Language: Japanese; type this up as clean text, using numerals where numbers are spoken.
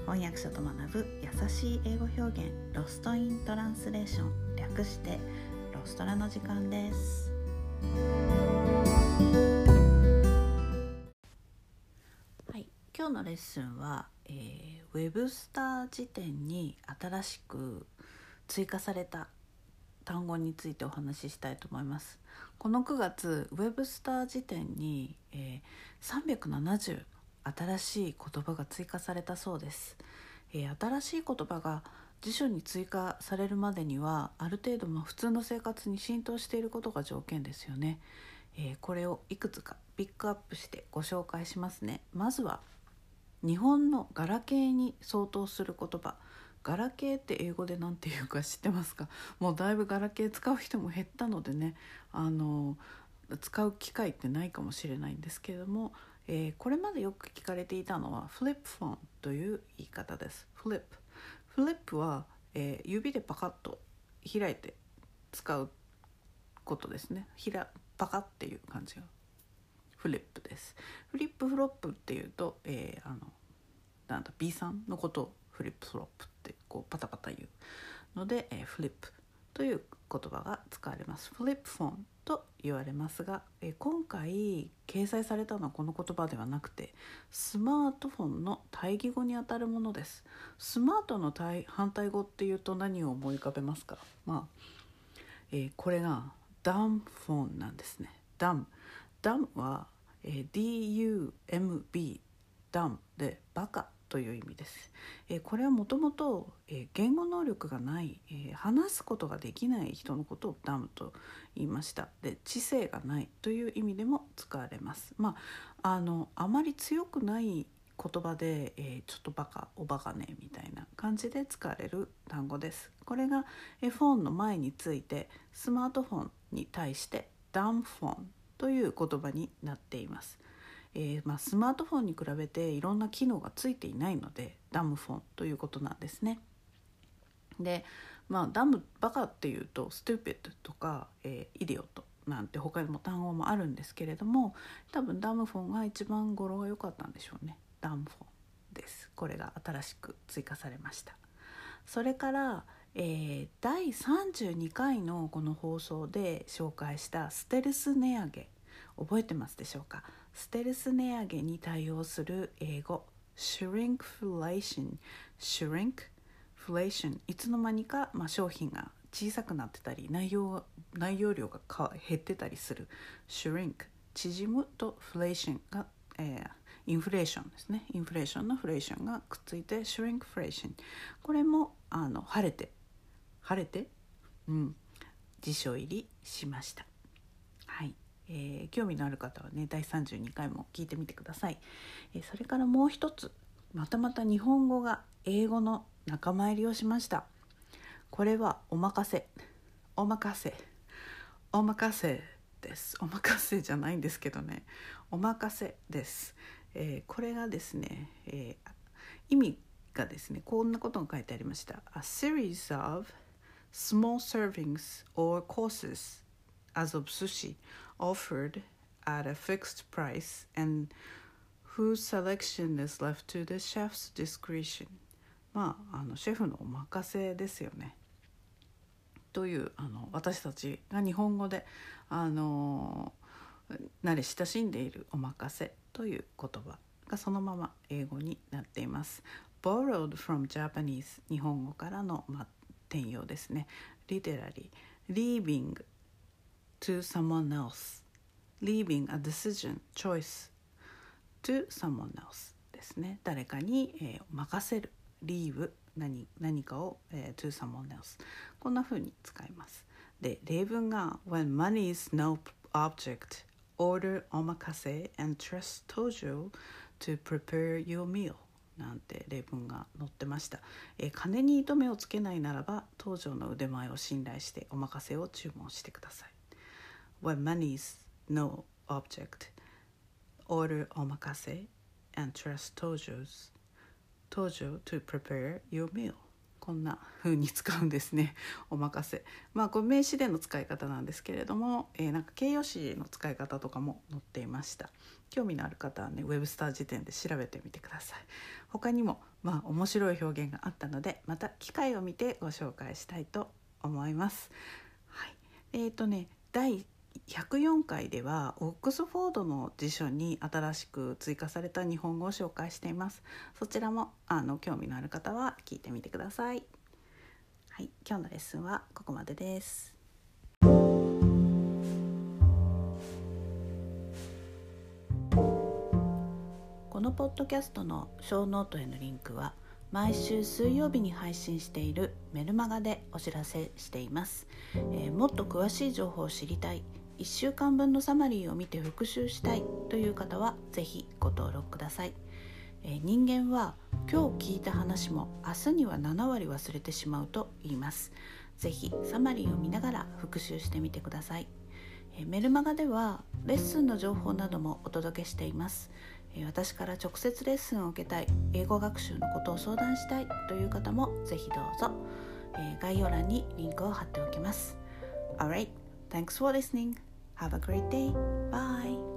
翻訳者と学ぶ優しい英語表現、ロストイントランスレーション、略してロストラの時間です。はい、今日のレッスンは、ウェブスター辞典に新しく追加された単語についてお話ししたいと思います。この9月、ウェブスター辞典に、370新しい言葉が追加されたそうです。新しい言葉が辞書に追加されるまでにはある程度普通の生活に浸透していることが条件ですよね。これをいくつかピックアップしてご紹介しますね。まずは日本のガラケーに相当する言葉。ガラケーって英語で何て言うか知ってますか？もうだいぶガラケー使う人も減ったのでね、使う機会ってないかもしれないんですけれども、これまでよく聞かれていたのはフリップフォンという言い方です。フリップは、指でパカッと開いて使うことですね。パカッっていう感じがフリップです。フリップフロップっていうと、B さんのことをフリップフロップってこうパタパタ言うので、フリップという言葉が使われます。フリップフォンと言われますが、今回掲載されたのはこの言葉ではなくて、スマートフォンの対義語にあたるものです。スマートの反対語っていうと何を思い浮かべますか？これがダムフォンなんですね。ダムは、DUMB ダムでバカという意味です。これはもともと言語能力がない、話すことができない人のことをダムと言いました。で、知性がないという意味でも使われます。あまり強くない言葉で、ちょっとおバカねみたいな感じで使われる単語です。これがフォンの前についてスマートフォンに対してダムフォンという言葉になっています。スマートフォンに比べていろんな機能がついていないのでダムフォンということなんですね。で、ダムバカっていうとストゥーピッドとか、イディオットなんて他にも単語もあるんですけれども、多分ダムフォンが一番語呂が良かったんでしょうね。ダムフォンです。これが新しく追加されました。それから、第32回のこの放送で紹介したステルス値上げ、覚えてますでしょうか？ステルス値上げに対応する英語、Shrinkflation。いつの間にか、商品が小さくなってたり内容量が減ってたりする。Shrink、縮むとフレーションが、インフレーションですね。インフレーションのフレーションがくっついて Shrinkflation。これも晴れて、辞書入りしました。はい。興味のある方はね、第32回も聞いてみてください。それからもう一つ、また日本語が英語の仲間入りをしました。これはおまかせです。おまかせじゃないんですけどね、おまかせです。これがですね、意味がですね、こんなことが書いてありました。A series of small servings or courses as of sushi offered at a fixed price and whose selection is left to the chef's discretion。シェフのお任せですよね。という私たちが日本語で慣れ親しんでいるお任せという言葉がそのまま英語になっています。Borrowed from Japanese、 日本語からの、転用ですね。Literally leaving to someone else、 leaving a decision choice to someone else ですね。誰かに、任せる。 leave 何かを、to someone else、 こんな風に使います。で、例文が When money is no object, order omakase and trust Tojo to prepare your meal なんて例文が載ってました。金に糸目をつけないならば東條の腕前を信頼してお任せを注文してください。 When money is no object, order omakase and trust Tojo to prepare your meal。 こんな風に使うんですね。お任せ。これ名詞での使い方なんですけれども、なんか形容詞の使い方とかも載っていました。興味のある方はね、ウェブスター辞典で調べてみてください。他にも面白い表現があったので、また機会を見てご紹介したいと思います。はい。第104回ではオックスフォードの辞書に新しく追加された日本語を紹介しています。そちらも興味のある方は聞いてみてください。はい、今日のレッスンはここまでです。このポッドキャストのショーノートへのリンクは毎週水曜日に配信しているメルマガでお知らせしています。もっと詳しい情報を知りたい、1週間分のサマリーを見て復習したいという方はぜひご登録ください。人間は今日聞いた話も明日には7割忘れてしまうと言います。ぜひサマリーを見ながら復習してみてください。メルマガではレッスンの情報などもお届けしています。私から直接レッスンを受けたい、英語学習のことを相談したいという方もぜひどうぞ。概要欄にリンクを貼っておきます。Alright, thanks for listening. Have a great day. Bye.